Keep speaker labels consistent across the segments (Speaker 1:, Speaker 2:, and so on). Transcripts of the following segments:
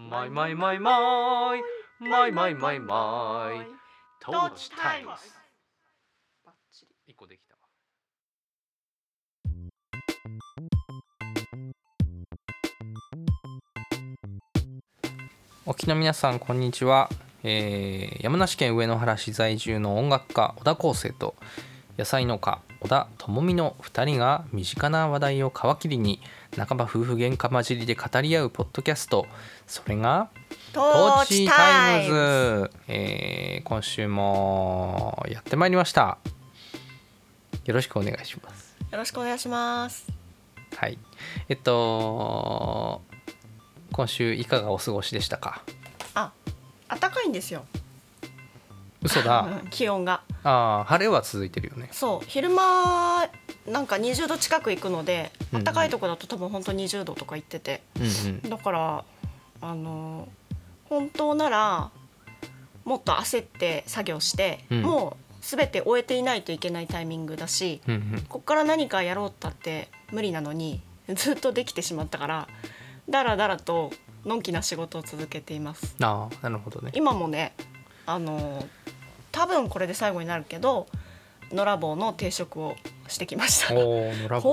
Speaker 1: マイマイマイマイマイマイマイマイトーチタイムス。
Speaker 2: バッチリ。
Speaker 1: 1個できたわ。お聞きの皆さんこんにちは。山梨県上野原市在住の音楽家小田康生と野菜農家小田智美の2人が身近な話題を皮切りに半ば夫婦喧嘩混じりで語り合うポッドキャスト、それが
Speaker 2: トーチタイムズ。
Speaker 1: 今週もやってまいりました。よろしくお願いします。
Speaker 2: よろしくお願いします。
Speaker 1: はい、今週いかがお過ごしでしたか？
Speaker 2: 暖かいんですよ。
Speaker 1: 嘘だ
Speaker 2: 気温が。
Speaker 1: 晴れは続いてるよね。
Speaker 2: そう昼間なんか20度近く行くので、暖かいとこだと多分本当20度とか行ってて、だから本当ならもっと焦って作業して、もう全て終えていないといけないタイミングだし、こっから何かやろうったって無理なのにずっとできてしまったから、だらだらとのんきな仕事を続けています。
Speaker 1: なるほどね。
Speaker 2: 今もね多分これで最後になるけどのらぼうの定食をしてきました。こんな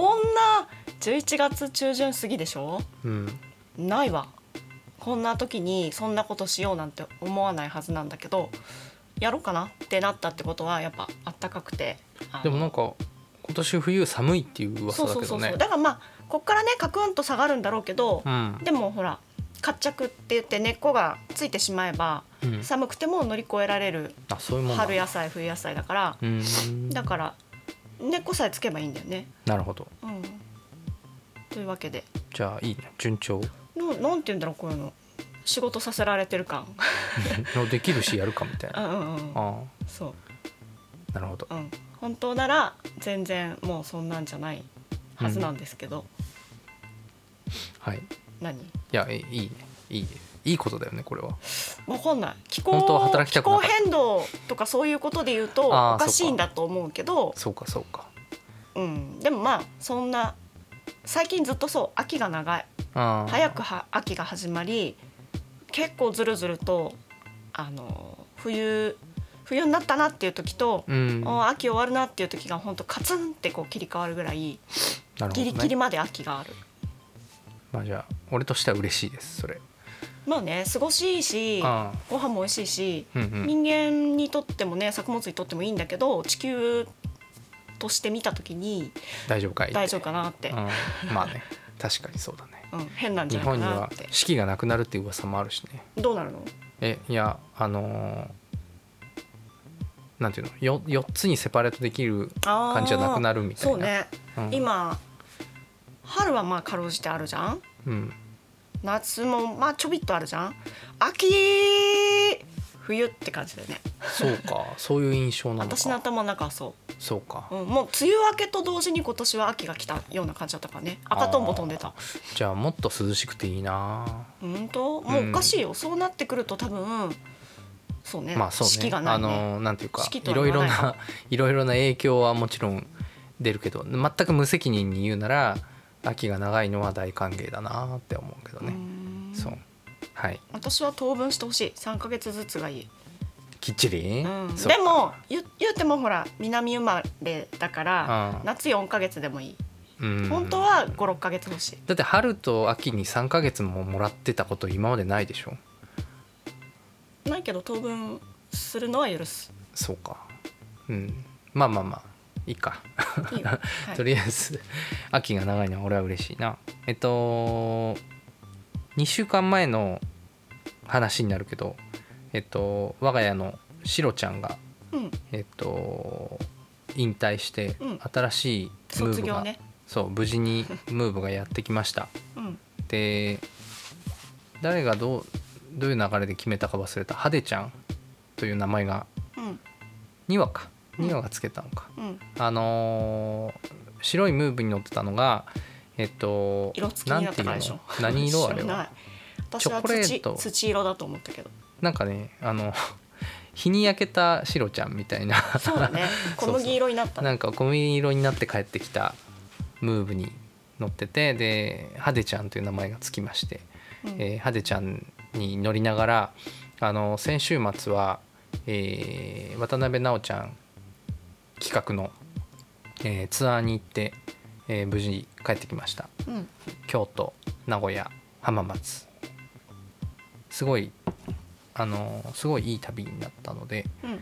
Speaker 2: 11月中旬過ぎでしょ、ないわ。こんな時にそんなことしようなんて思わないはずなんだけど、やろうかなってなったってことはやっぱあったかくて、
Speaker 1: でもなんか今年冬寒いっていう噂だけどね。
Speaker 2: そうだからこっからねカクンと下がるんだろうけど、でもほら活着って言って根っこがついてしまえば、寒くても乗り越えられる春野菜冬野菜だから、だから根っこさえつけばいいんだよね。
Speaker 1: なるほど、
Speaker 2: というわけで
Speaker 1: じゃあいいね、順調
Speaker 2: なんて言うんだろう、こういうの仕事させられてる感
Speaker 1: できるしやるかみたいな。
Speaker 2: そう
Speaker 1: なるほど、
Speaker 2: 本当なら全然もうそんなんじゃないはずなんですけど、
Speaker 1: はい。
Speaker 2: 何？
Speaker 1: いやいいね、いいことだよねこれは。
Speaker 2: 分かんない。気候変動とかそういうことで言うとおかしいんだと思うけど、
Speaker 1: そうか、
Speaker 2: でもそんな最近ずっとそう秋が長い、早く秋が始まり、結構ずるずると冬になったなっていう時と、秋終わるなっていう時が本当カツンってこう切り替わるぐらい、ギリギリまで秋がある。
Speaker 1: じゃあ俺としては嬉しいですそれ。
Speaker 2: 過ごしいいし、ご飯も美味しいし、人間にとってもね作物にとってもいいんだけど、地球として見た時に大丈夫かなって、
Speaker 1: まあね確かにそうだね、
Speaker 2: 変なんじゃないかなって。
Speaker 1: 日本には四季がなくなるっていう噂もあるしね。
Speaker 2: どうなるの？
Speaker 1: いやなんていうの、4つにセパレートできる感じじゃなくなるみたいな。
Speaker 2: そうね、今春はかろうじてあるじゃん、夏もちょびっとあるじゃん、秋冬って感じだよね。
Speaker 1: そうか、そういう印象なのか。
Speaker 2: 私の頭の中は
Speaker 1: そうか、
Speaker 2: もう梅雨明けと同時に今年は秋が来たような感じだったからね。赤とんぼ飛んでた。
Speaker 1: じゃあもっと涼しくていいな。
Speaker 2: もうおかしいよ、そうなってくると多分そうね、四季がないね。
Speaker 1: なんていうかいろいろな影響はもちろん出るけど、全く無責任に言うなら秋が長いのは大歓迎だなって思うけどね。そう、はい。
Speaker 2: 私は当分してほしい。3ヶ月ずつがいい。
Speaker 1: きっちり。
Speaker 2: でも言ってもほら南生まれだから、夏4ヶ月でもいい。本当は5、6ヶ月欲しい。
Speaker 1: だって春と秋に3ヶ月ももらってたこと今までないでしょ。
Speaker 2: ないけど当分するのは許す。
Speaker 1: そうか、まあいいか
Speaker 2: いいよ、はい、
Speaker 1: とりあえず秋が長いのは俺は嬉しいな。2週間前の話になるけど、我が家のシロちゃんが、引退して、新しいムーブが、そう無事にムーブがやってきました。で誰がどういう流れで決めたか忘れた。はでちゃんという名前が、2話がつけたのか、白いムーブに乗ってたのが
Speaker 2: 色付きになったからでしょ。
Speaker 1: 何色あれは。
Speaker 2: 私は土色だと思ったけど、
Speaker 1: なんかね日に焼けたシロちゃんみたいな。
Speaker 2: そうだね、小麦色になった
Speaker 1: なんか小麦色になって帰ってきたムーブに乗ってて、ではでちゃんという名前がつきまして、はでちゃんに乗りながら先週末は、渡辺直ちゃん企画の、ツアーに行って、無事に帰ってきました、
Speaker 2: うん、
Speaker 1: 京都、名古屋、浜松、すごいいい旅になったので、
Speaker 2: うん、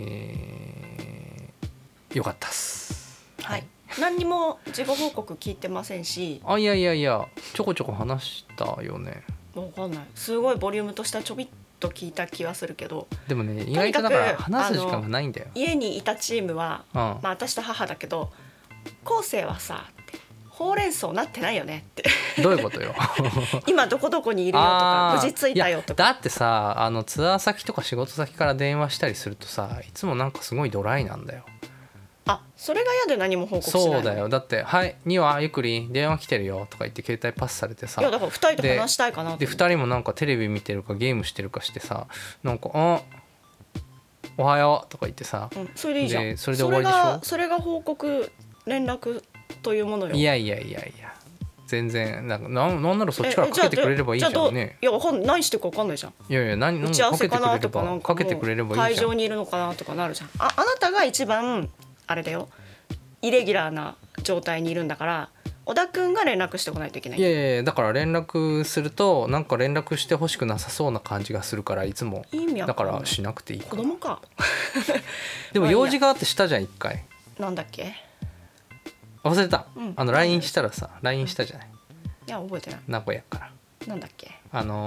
Speaker 1: よかったっす。
Speaker 2: はい、何にも事後報告聞いてませんし、
Speaker 1: いやちょこちょこ話したよね。
Speaker 2: 分かんない、すごいボリュームとしてはちょびっと聞いた気はするけど、
Speaker 1: でもね意外とだから話す時間がないんだよ。
Speaker 2: 家にいたチームは、まあ、私と母だけど、昴生はさってほうれん草なってないよねって
Speaker 1: どういうことよ
Speaker 2: 今どこどこにいるよとか無事着いたよとか。
Speaker 1: だってさツアー先とか仕事先から電話したりするとさ、いつもなんかすごいドライなんだよ。
Speaker 2: それが嫌で何も報告しないの。
Speaker 1: そうだよ。だってはい2話ゆっくり電話来てるよとか言って携帯パスされてさ、
Speaker 2: いやだから2人と話したいかなと。
Speaker 1: で2人もなんかテレビ見てるかゲームしてるかしてさ、なんかおはようとか言ってさ、
Speaker 2: それでいいじゃん。
Speaker 1: それで終わりでしょ。
Speaker 2: それが報告連絡というものよ。
Speaker 1: いや全然なんならそっちからかけてくれればいいじゃんね。
Speaker 2: いや何してるか分かんないじゃん。
Speaker 1: いや打ち合わせかなとかなんかかけてくれればいいじゃん。
Speaker 2: 会場にいるのかなとかなるじゃん。あなたが一番あれだよ、イレギュラーな状態にいるんだから、小田くんが連絡してこないといけない。
Speaker 1: いやだから連絡するとなんか連絡してほしくなさそうな感じがするから、いつもだからしなくていい。
Speaker 2: 子供か
Speaker 1: でも用事があってしたじゃん一回。
Speaker 2: なんだっけ
Speaker 1: 忘れた、LINE したらさ LINE したじゃない。
Speaker 2: いや覚えてない。
Speaker 1: 名古屋から
Speaker 2: なんだっけ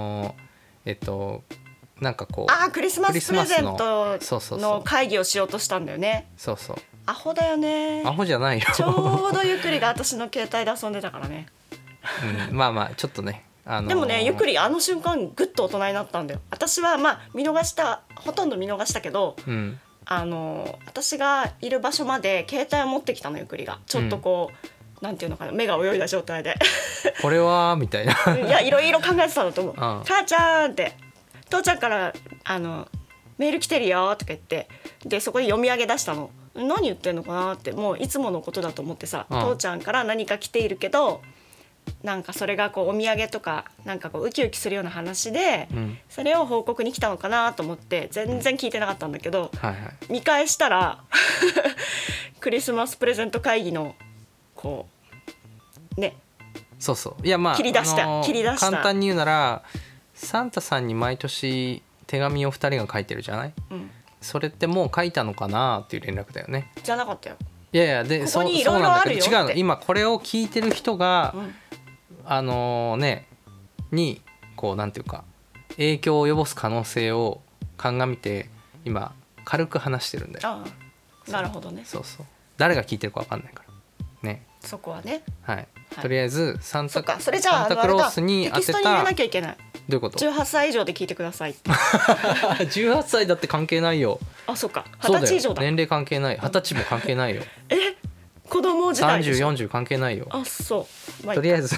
Speaker 1: なんかこう
Speaker 2: クリスマスプレゼントの会議をしようとしたんだよね。
Speaker 1: そうそう、
Speaker 2: アホだよね。
Speaker 1: アホじゃないよ
Speaker 2: ちょうどゆっくりが私の携帯で遊んでたからね、
Speaker 1: まあちょっっとね、
Speaker 2: でもねゆっくり瞬間ぐっと大人になったんだよ。私はほとんど見逃したけど、私がいる場所まで携帯を持ってきたの、ゆっくりがちょっとこう、なんていうのかな、目が泳いだ状態で
Speaker 1: これはみたいな
Speaker 2: いやいろいろ考えてたんだと思う、母ちゃんって父ちゃんからメール来てるよとか言って、でそこで読み上げ出したの。何言ってんのかなって、もういつものことだと思ってさ、父ちゃんから何か来ているけど、なんかそれがこうお土産とかなんかこうウキウキするような話で、それを報告に来たのかなと思って全然聞いてなかったんだけど、見返したらクリスマスプレゼント会議のこうね、
Speaker 1: そういや切り出した簡単に言うなら、サンタさんに毎年手紙を2人が書いてるじゃない、それってもう書いたのかなっていう連絡だよね。
Speaker 2: じゃなかったよ。
Speaker 1: いやで
Speaker 2: ここにいろいろあるよって。
Speaker 1: そうなんだけど違うの、今これを聞いてる人が、にこうなんていうか影響を及ぼす可能性を鑑みて今軽く話してるんだよ。
Speaker 2: なるほどね。
Speaker 1: そう誰が聞いてるか分かんないからね。
Speaker 2: そこはね、
Speaker 1: とりあえずサンタクロ
Speaker 2: ー
Speaker 1: スに当てた
Speaker 2: テキストに入れなきゃいけない。
Speaker 1: どういうこと？
Speaker 2: 18 歳以上で聞いてくださいって
Speaker 1: 18歳だって関係ないよ。
Speaker 2: そっか、20歳以上だ。
Speaker 1: 年齢関係ない、20歳も関係ないよ
Speaker 2: 子供時代でしょ。
Speaker 1: 30、40関係ないよ。
Speaker 2: そう、
Speaker 1: とりあえず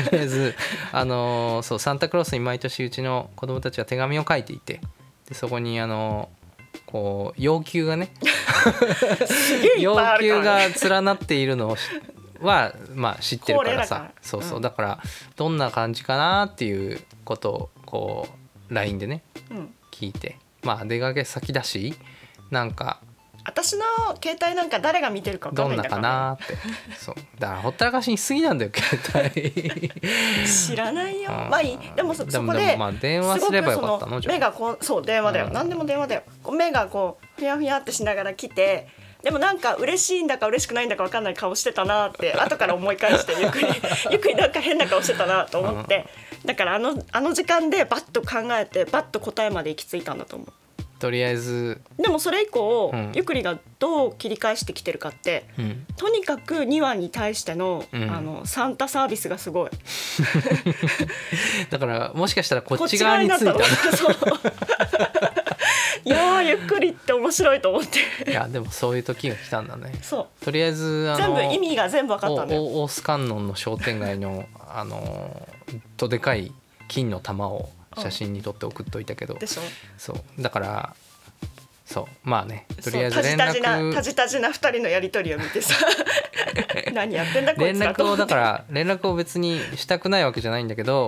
Speaker 1: そうサンタクロースに毎年うちの子供たちは手紙を書いていて、でそこにこう要求がね要求が連なっているのは知ってるからさ、そうだからどんな感じかなっていうことをこう LINE でね、聞いて、出かけ先だし、なんか
Speaker 2: 私の携帯なんか誰が見てるか分かんないんだから、
Speaker 1: どんなかなって。そうだからほったらかしにしすぎなんだよ携帯
Speaker 2: 知らないよ。いい。でもそこで
Speaker 1: 電話すればよかったの。
Speaker 2: 目がこう、そう電話だよ、何でも電話だよ。目がこうふやふやってしながら来て、でもなんか嬉しいんだか嬉しくないんだか分かんない顔してたなって後から思い返してゆっくりなんか変な顔してたなと思って、だからあの時間でバッと考えてバッと答えまで行き着いたんだと思う。
Speaker 1: とりあえず
Speaker 2: でもそれ以降、ゆくりがどう切り返してきてるかって、とにかく2話に対しての、サンタサービスがすごい
Speaker 1: だからもしかしたらこっち側についた
Speaker 2: いやゆっくりって面白いと思って
Speaker 1: いやでもそういう時が来たんだね。
Speaker 2: そう
Speaker 1: とりあえず
Speaker 2: 全部意味が全部分かったんだよ。
Speaker 1: 大須観音の商店街のとでかい金の玉を写真に撮って送っといたけど、
Speaker 2: でしょ。
Speaker 1: そうだからとりあえず連絡
Speaker 2: タジタジな2人のやり取りを見てさ何やってんだこいつらと思って。
Speaker 1: 連絡を別にしたくないわけじゃないんだけど、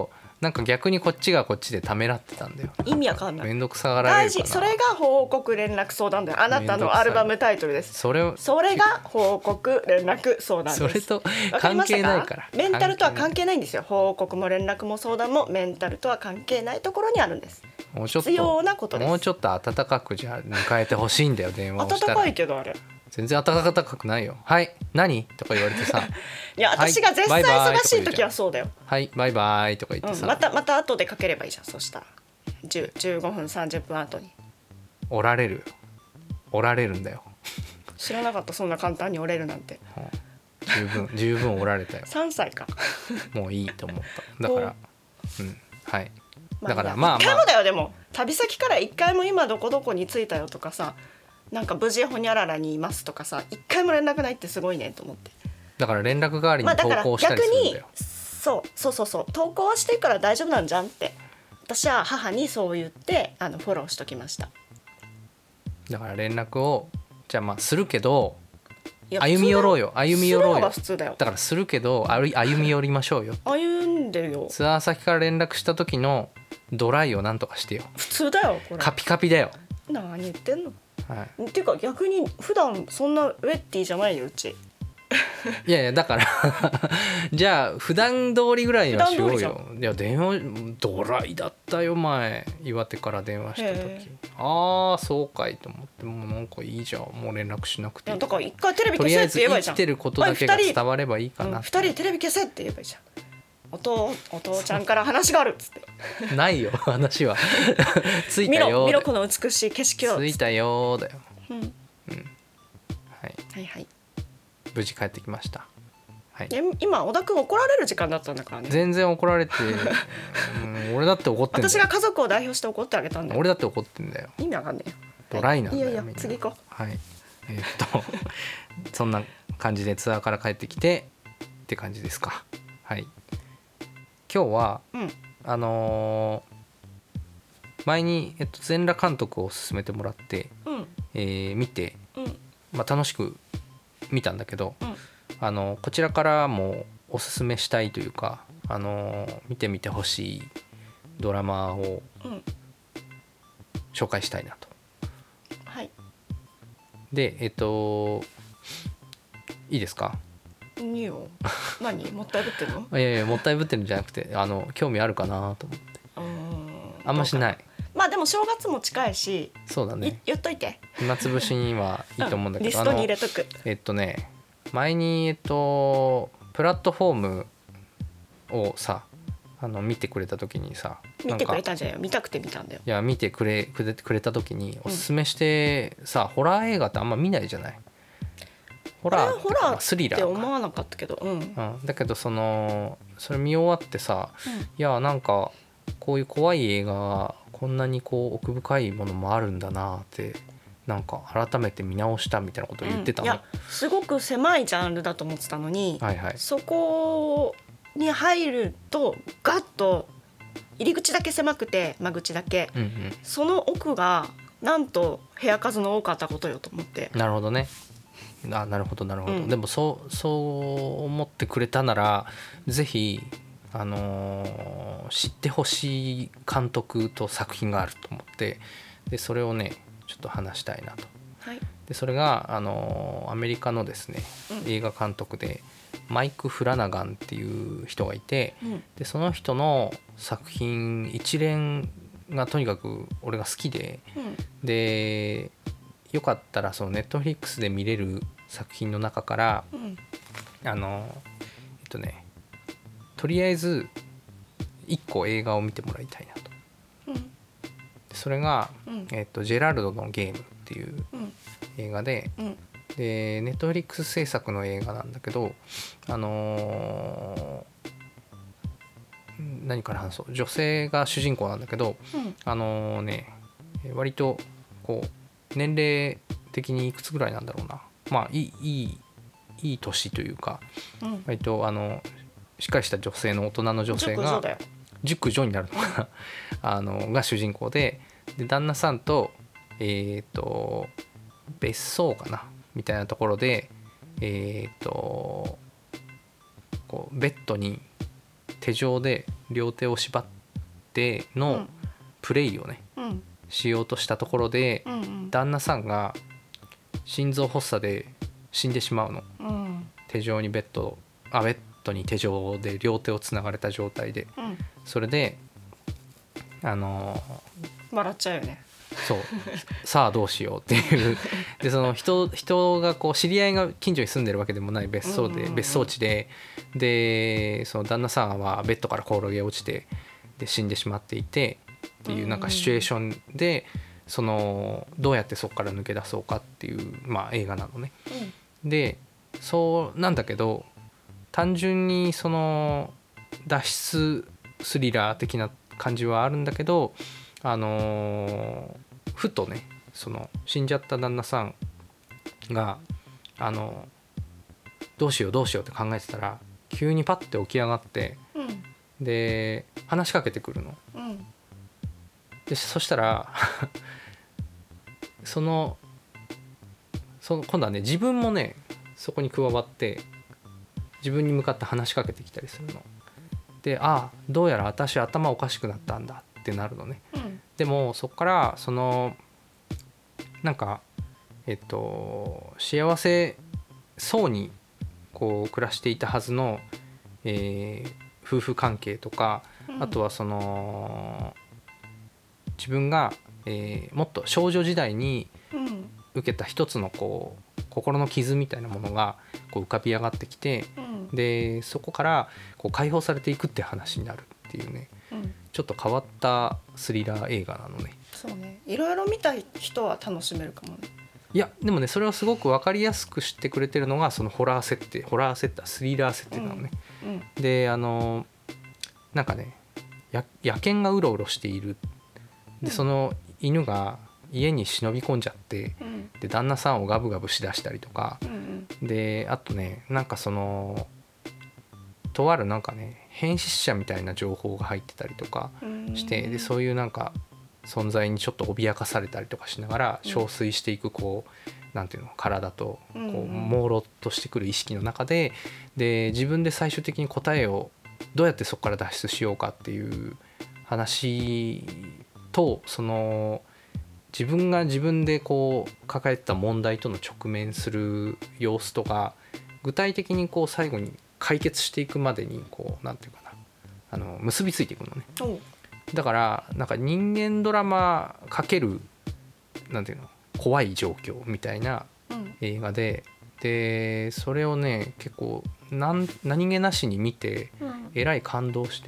Speaker 1: なんか逆にこっちがこっちでためらってたんだよ。
Speaker 2: 意味わかんない。
Speaker 1: めんどくさがられるかな。
Speaker 2: 大事。それが報告連絡相談だよ。あなたのアルバムタイトルです。それが報告連絡相談です。
Speaker 1: それと関係ないから。
Speaker 2: メンタルとは関係ないんですよ。報告も連絡も相談もメンタルとは関係ないところにあるんです。
Speaker 1: もうちょっと
Speaker 2: 必要なことです。
Speaker 1: もうちょっと温かくじゃ迎えてほしいんだよ電話をしたら。
Speaker 2: 温かいけどあれ。
Speaker 1: 全然温かくないよ。はい何とか言われてさ
Speaker 2: いや私が絶対忙しい時はそうだよ。
Speaker 1: はいバイバイとか言ってさ、
Speaker 2: また後でかければいいじゃん。そしたら15分30分後に
Speaker 1: 折られるんだよ。
Speaker 2: 知らなかった。そんな簡単に折れるなんて。
Speaker 1: 十分折られたよ。
Speaker 2: 3歳か
Speaker 1: もういいと思った。だからはい。だから
Speaker 2: まあ1回もだよ。でも旅先から1回も今どこどこに着いたよとかさ、なんか無事ホニャララにいますとかさ、1回も連絡ないってすごいねと思って。
Speaker 1: だから連絡代わりに投稿したりするんだよ。
Speaker 2: そう投稿はしてるから大丈夫なんじゃんって私は母にそう言ってフォローしときました。
Speaker 1: だから連絡をじゃあまあするけど歩み寄ろうよ。するのが普通だよ。だからするけど歩み寄りましょうよ。
Speaker 2: 歩んでるよ。
Speaker 1: ツアー先から連絡した時のドライをなんとかしてよ。
Speaker 2: 普通だよこれ。
Speaker 1: カピカピだよ。
Speaker 2: 何言ってんの。
Speaker 1: はい、
Speaker 2: っていうか逆に普段そんなウェッティじゃないようち。
Speaker 1: いやだからじゃあ普段通りぐらいにはしようよ。いや電話ドライだったよ前岩手から電話した時。ああそうかいと思って、もうなんかいいじゃんもう連絡しなくていい。
Speaker 2: だから一回テレビ消せって言えばいいじゃん。
Speaker 1: とりあえず生きてることだけが伝わればいいかな。
Speaker 2: 2人でテレビ消せって言えばいいじゃん。お父ちゃんから話があるっつって
Speaker 1: ないよ話はついたよ
Speaker 2: 見ろこの美しい景色を
Speaker 1: ついたよだよ、
Speaker 2: はいはい
Speaker 1: 無事帰ってきました、はい、
Speaker 2: 今小田君怒られる時間だったんだからね。
Speaker 1: 全然怒られて俺だって怒ってんだよ。
Speaker 2: 私が家族を代表して怒ってあげたんだよ。
Speaker 1: 俺だって怒ってんだよ。
Speaker 2: 意味わかんねえよ。
Speaker 1: ドライなんだよ、
Speaker 2: いいよ次行こう。
Speaker 1: はいそんな感じでツアーから帰ってきてって感じですか。はい今日は、前に、全裸監督を勧めてもらって、見て、楽しく見たんだけど、こちらからもおすすめしたいというか、見てみてほしいドラマを紹介したいなと。
Speaker 2: はい。
Speaker 1: でいいですか。
Speaker 2: いいよ。何もったいぶってるの？
Speaker 1: いやもったいぶってるんじゃなくて興味あるかなと思って。あんましない。
Speaker 2: まあでも正月も近いし。
Speaker 1: そうだね。
Speaker 2: 言っといて。
Speaker 1: 暇つぶしにはいいと思うんだけど、
Speaker 2: リストに入れとく。
Speaker 1: 前にプラットフォームをさ見てくれた時にさ、
Speaker 2: 見てくれたんじゃないよ。見たくて見たんだよ。
Speaker 1: いや見てくれた時におすすめしてさ、ホラー映画ってあんま見ないじゃない。ホラースリラー
Speaker 2: って思わなかったけど、
Speaker 1: だけどそれ見終わってさ、いやなんかこういう怖い映画こんなにこう奥深いものもあるんだなってなんか改めて見直したみたいなことを言ってたの。
Speaker 2: いやすごく狭いジャンルだと思ってたのに、そこに入るとガッと入り口だけ狭くて間口だけ、その奥がなんと部屋数の多かったことよと思って。
Speaker 1: なるほどね。なるほど、でもそう思ってくれたならぜひ知ってほしい監督と作品があると思って、でそれをねちょっと話したいなと。でそれがアメリカのですね、映画監督でマイク・フラナガンっていう人がいて、でその人の作品一連がとにかく俺が好きで、でよかったらそのネットフリックスで見れる作品の中から、とりあえず1個映画を見てもらいたいなと。それが、ジェラルドのゲームっていう映画で、でネットフリックス制作の映画なんだけど、何から話そう。女性が主人公なんだけど、割とこう年齢的にいくつぐらいなんだろうな、まあいい年というか、割としっかりした女性の大人の女性が熟女になるのかなが主人公で、旦那さんと別荘かなみたいなところでこうベッドに手錠で両手を縛ってのプレイをね、しようとしたところで、旦那さんが心臓発作で死んでしまうの、手錠にベッドに手錠で両手をつながれた状態で、それで
Speaker 2: 笑っちゃうよね。
Speaker 1: そうさあどうしようっていうでその人がこう知り合いが近所に住んでるわけでもない別荘地でその旦那さんはベッドから転げ落ちてで死んでしまっていてっていうなんかシチュエーションでそのどうやってそこから抜け出そうかっていう、映画なのね。でそうなんだけど単純にその脱出スリラー的な感じはあるんだけど、ふとねその死んじゃった旦那さんがどうしようって考えてたら急にパッて起き上がって、で話しかけてくるの。でそしたら今度はね自分もねそこに加わって自分に向かって話しかけてきたりするの。でどうやら私頭おかしくなったんだってなるのね。でもそこからそのなんか幸せそうにこう暮らしていたはずの、夫婦関係とか、あとはその自分が、もっと少女時代に受けた一つのこう心の傷みたいなものがこう浮かび上がってきて、でそこからこう解放されていくって話になるっていうね、ちょっと変わったスリラー映画なのね。
Speaker 2: そうね、いろいろ見た人は楽しめるかもね。
Speaker 1: いやでもねそれをすごく分かりやすく知ってくれてるのがそのスリラー設定なのね。でなんかね野犬がうろうろしている。でその犬が家に忍び込んじゃって、で旦那さんをガブガブしだしたりとか、であとねなんかそのとあるなんかね変質者みたいな情報が入ってたりとかして、でそういうなんか存在にちょっと脅かされたりとかしながら憔悴していくこうなんていうの体とこう朦朧としてくる意識の中で、自分で最終的に答えをどうやってそこから脱出しようかっていう話と、その自分が自分でこう抱えてた問題との直面する様子とか具体的にこう最後に解決していくまでにこうなんていうかな結びついていくのね。だからなんか人間ドラマ×なんていうの怖い状況みたいな映画で、でそれをね結構何気なしに見てえらい感動して、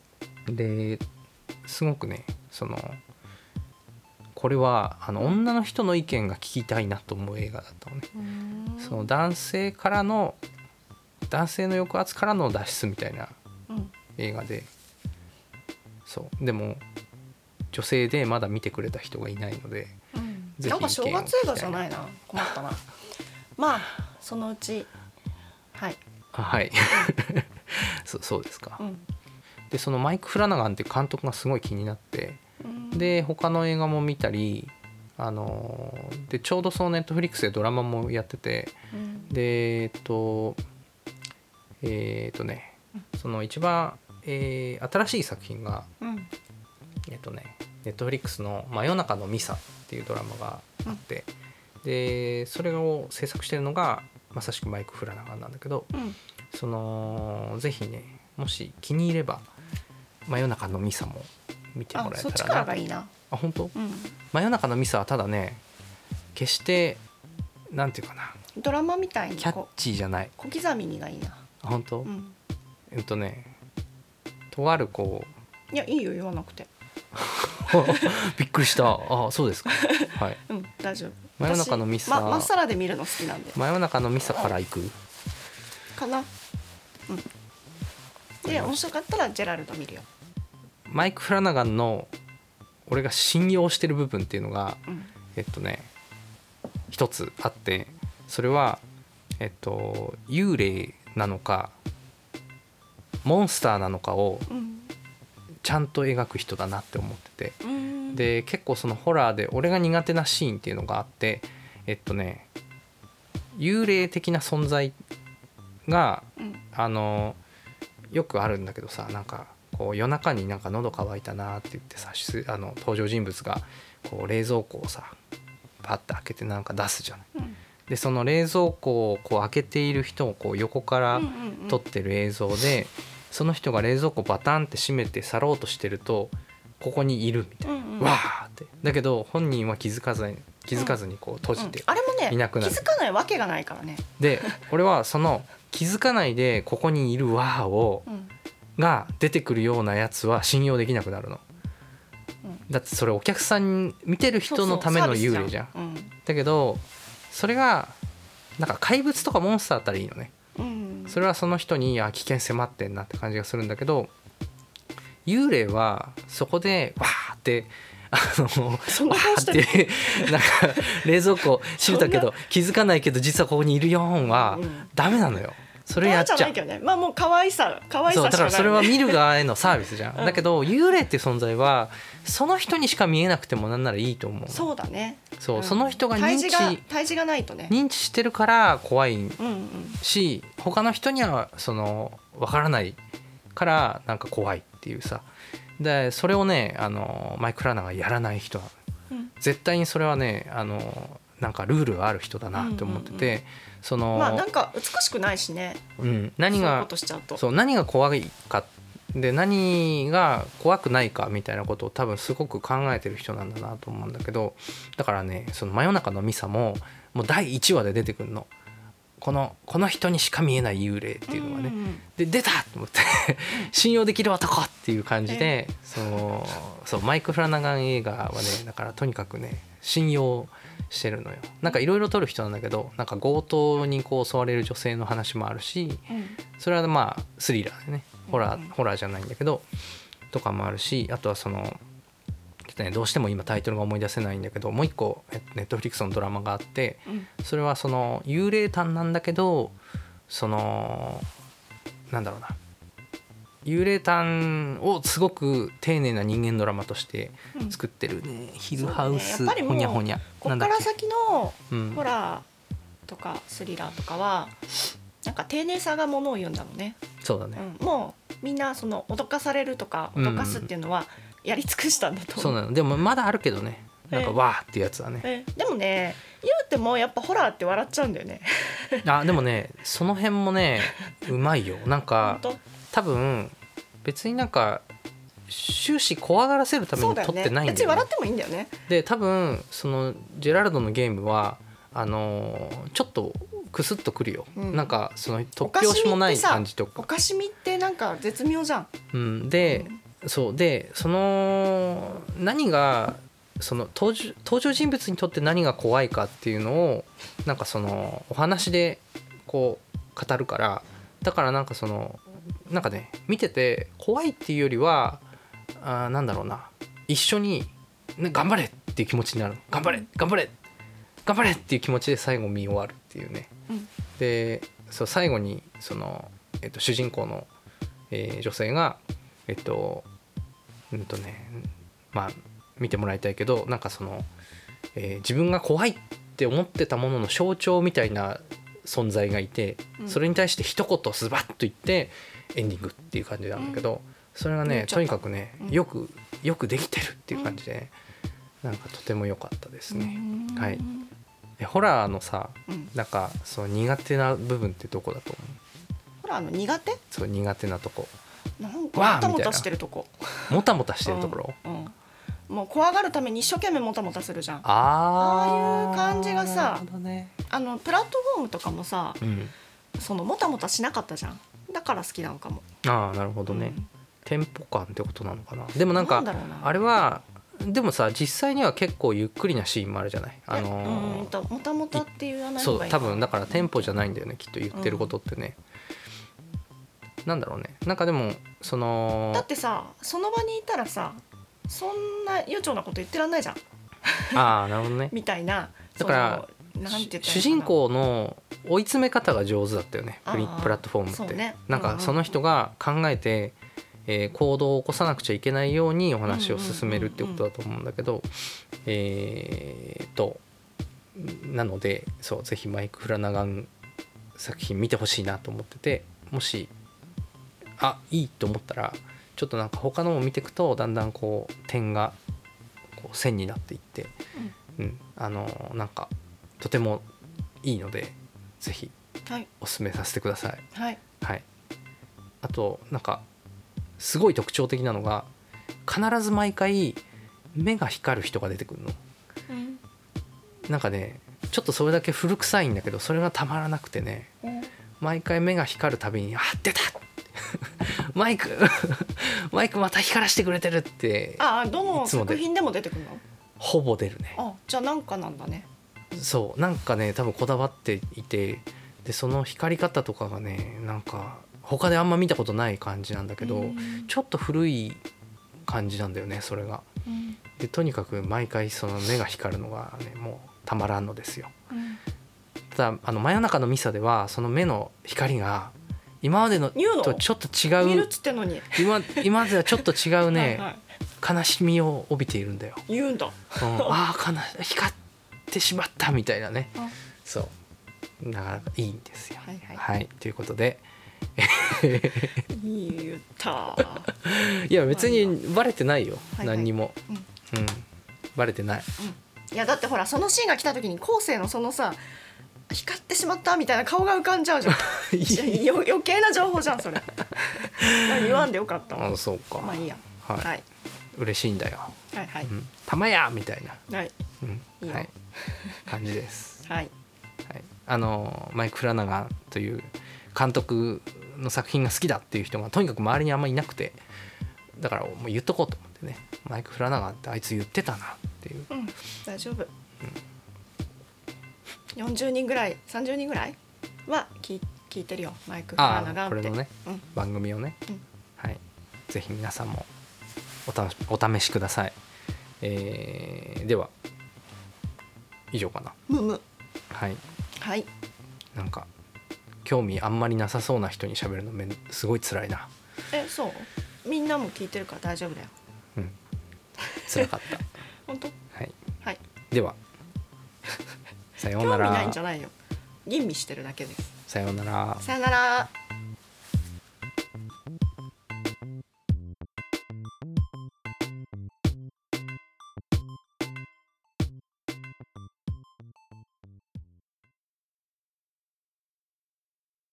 Speaker 1: ですごくねそのこれは女の人の意見が聞きたいなと思う映画だったのね。その男性の抑圧からの脱出みたいな映画で、そうでも女性でまだ見てくれた人がいないので、ぜひ
Speaker 2: なんか正月映画じゃないな、困ったなまあそのうちはい
Speaker 1: そうですか。でそのマイク・フラナガンっていう監督がすごい気になって、で他の映画も見たり、でちょうどそのネットフリックスでドラマもやってて、でその一番、新しい作品が、ネットフリックスの真夜中のミサっていうドラマがあって、でそれを制作してるのがまさしくマイク・フラナガンなんだけど、そのぜひねもし気に入れば真夜中のミサも見てもらえたらな。
Speaker 2: そっちからがいいな。
Speaker 1: 本当？真夜中のミサはただね決してなんていうかな
Speaker 2: ドラマみたいに
Speaker 1: キャッチーじゃない。
Speaker 2: 小刻みにがいいな。
Speaker 1: 本当？とあるこ
Speaker 2: ういやいいよ言わなくて
Speaker 1: びっくりした。そうですか。はい。
Speaker 2: 大丈夫。
Speaker 1: 真夜中のミサ、
Speaker 2: まっさらで見るの好きなんで。
Speaker 1: 真夜中のミサから行く
Speaker 2: かな。で面白かったらジェラルド見るよ。
Speaker 1: マイク・フラナガンの俺が信用してる部分っていうのが、一つあって、それは幽霊なのかモンスターなのかをちゃんと描く人だなって思ってて、で結構そのホラーで俺が苦手なシーンっていうのがあって、幽霊的な存在がよくあるんだけどさ、なんかこう夜中になんか喉乾いたなって言ってさ、登場人物がこう冷蔵庫をさパッて開けてなんか出すじゃない、
Speaker 2: うん
Speaker 1: でその冷蔵庫をこう開けている人をこう横から撮ってる映像で、その人が冷蔵庫バタンって閉めて去ろうとしてるとここにいるみたいな、わーって、だけど本人は気づかずにこう閉じて
Speaker 2: あれもね
Speaker 1: いなくなる。
Speaker 2: 気づかないわけがないからね。
Speaker 1: で俺はその気づかないでここにいるわーをが出てくるようなやつは信用できなくなるの。だってそれお客さん見てる人のための幽霊じゃん。だけどそれがなんか怪物とかモンスターだったらいいのね。それはその人に危険迫ってんなって感じがするんだけど、幽霊はそこでわーってわーってなんか冷蔵庫閉めたけど気づかないけど実はここにいるよーんはダメなのよ。それやっちゃう。
Speaker 2: じゃないけどね、まあもう可愛さしかない、ね、
Speaker 1: そうだからそれは見る側へのサービスじゃん、だけど幽霊っていう存在はその人にしか見えなくてもなんならいいと思う。
Speaker 2: そうだね。
Speaker 1: そう、その人が認
Speaker 2: 知がないとね、
Speaker 1: 認知してるから怖いし、他の人にはその分からないからなんか怖いっていうさ。でそれをねマイク・フラナがやらない人は、絶対にそれはねなんかルールがある人だなって思ってて、その
Speaker 2: まあなんか美しくないしね、
Speaker 1: 何が怖いかで何が怖くないかみたいなことを多分すごく考えてる人なんだなと思うんだけど、だからねその真夜中のミサもう第1話で出てくるの、この人にしか見えない幽霊っていうのがね、で出たと思って信用できる男っていう感じで、そうマイク・フラナガン映画はねだからとにかくね信用してるのよ。なんかいろいろ撮る人なんだけど、なんか強盗にこう襲われる女性の話もあるし、それはまあスリラーでねホラーじゃないんだけどとかもあるし、あとはそのどうしても今タイトルが思い出せないんだけど、もう一個ネットフリックスのドラマがあって、それはその幽霊譚なんだけど、そのなんだろうな、幽霊譚をすごく丁寧な人間ドラマとして作ってるね、ヒルハウス、ほにゃほにゃ、
Speaker 2: こっから先のホラーとかスリラーとかはなんか丁寧さがものを言うんだろうね。
Speaker 1: そうだね、
Speaker 2: もうみんなその脅かされるとか脅かすっていうのはやり尽くしたんだと思う。
Speaker 1: そうなの。でもまだあるけどね、なんかわーっていうやつはね、
Speaker 2: でもね言うてもやっぱホラーって笑っちゃうんだよね
Speaker 1: でもねその辺もねうまいよ。なんか多分別になんか終始怖がらせるために撮ってないんだよね。
Speaker 2: 別に笑ってもいいんだよね。
Speaker 1: で多分そのジェラルドのゲームはちょっとクスッとくるよ、なんかその突拍子もない感じとか、
Speaker 2: おかしみってなんか絶妙じゃん、
Speaker 1: でそうでその何がその登場人物にとって何が怖いかっていうのをなんかそのお話でこう語るから、だからなんかそのなんかね見てて怖いっていうよりはなんだろうな、一緒に、ね、頑張れっていう気持ちになる、頑張れ頑張れ頑張れっていう気持ちで最後見終わるっていうね、でそう最後にその、主人公の、女性がまあ見てもらいたいけど、なんかその、自分が怖いって思ってたものの象徴みたいな存在がいて、それに対して一言ズバッと言ってエンディングっていう感じなんだけど、それがねとにかくねよくできてるっていう感じで、なんかとても良かったですね。はい。ホラーのさ、なんかそう苦手な部分ってどこだと思う？
Speaker 2: ホラーの苦手？
Speaker 1: そう苦手なとこ。
Speaker 2: なんかもたもたしてるとこ。
Speaker 1: もたもたしてるところ。
Speaker 2: もう怖がるために一生懸命もたもたするじゃん。
Speaker 1: あ
Speaker 2: あいう感じがさ、
Speaker 1: ね、
Speaker 2: プラットフォームとかもさ、そのもたもたしなかったじゃん。だから好きなのかも。
Speaker 1: なるほどね。テンポ感ってことなのかな。でもなんかあれはでもさ実際には結構ゆっくりなシーンもあるじゃない。
Speaker 2: もたもたっていう話がいい。
Speaker 1: そう多分だからテンポじゃないんだよねきっと言ってることってね。なんだろうね。なんかでもその
Speaker 2: だってさその場にいたらさそんな悠長なこと言ってらんないじゃん。
Speaker 1: なるほどね。
Speaker 2: みたいな。
Speaker 1: だから主人公の追い詰め方が上手だったよね。プラットフォームって、ね、なんかその人が考えて、行動を起こさなくちゃいけないようにお話を進めるってことだと思うんだけど、なのでそうぜひマイク・フラナガン作品見てほしいなと思ってて、もしいいと思ったらちょっとなんか他のを見ていくとだんだんこう点がこう線になっていって、なんかとてもいいのでぜひおすすめさせてください。
Speaker 2: はい、
Speaker 1: はい、あとなんかすごい特徴的なのが必ず毎回目が光る人が出てくるの。なんかねちょっとそれだけ古臭いんだけどそれがたまらなくてね、毎回目が光るたびに出たマイクまた光らせてくれてるって。
Speaker 2: どの作品でも出てくるの？
Speaker 1: ほぼ出るね。
Speaker 2: じゃあなんかなんだね。
Speaker 1: そうなんかね多分こだわっていて、でその光り方とかがねなんか他であんま見たことない感じなんだけど、ちょっと古い感じなんだよねそれが。でとにかく毎回その目が光るのがねもうたまらんのですよ。ただ真夜中のミサではその目の光が今までのとちょっと違う。
Speaker 2: 見るっつってのに
Speaker 1: 今まではちょっと違うね
Speaker 2: はい、
Speaker 1: 悲しみを帯びているんだよ。
Speaker 2: 言うんだ。
Speaker 1: 光ってしまったみたいなね。そうなかなかいいんですよ。はい、ということで
Speaker 2: 言った
Speaker 1: いや別にバレてないよ、何にも、バレてない、
Speaker 2: いやだってほらそのシーンが来た時に後世のそのさ光ってしまったみたいな顔が浮かんじゃうじゃん余計な情報じゃんそれ言わんでよかった。
Speaker 1: そうか。
Speaker 2: まあいいや。
Speaker 1: はい、嬉しいんだよ。
Speaker 2: はい、
Speaker 1: たまやみたいな、
Speaker 2: はい、
Speaker 1: はい、感じです。
Speaker 2: はい、
Speaker 1: マイク・フラナガンという監督の作品が好きだっていう人がとにかく周りにあんまりいなくて、だからもう言っとこうと思ってね、マイク・フラナガンってあいつ言ってたなっていう、
Speaker 2: 大丈夫、40人ぐらい30人ぐらいは聞いてるよマイク・フラナガンって。
Speaker 1: これのね、番組をね、はい、ぜひ皆さんもお試しください。では以上かな。はい、なんか興味あんまりなさそうな人に喋るのすごい辛いな。
Speaker 2: そうみんなも聞いてるから大丈夫だよ。
Speaker 1: 辛かった
Speaker 2: 本当？はい、
Speaker 1: ではさようなら。
Speaker 2: 興味ないんじゃないよ、吟味してるだけです。
Speaker 1: さようなら。
Speaker 2: さようなら。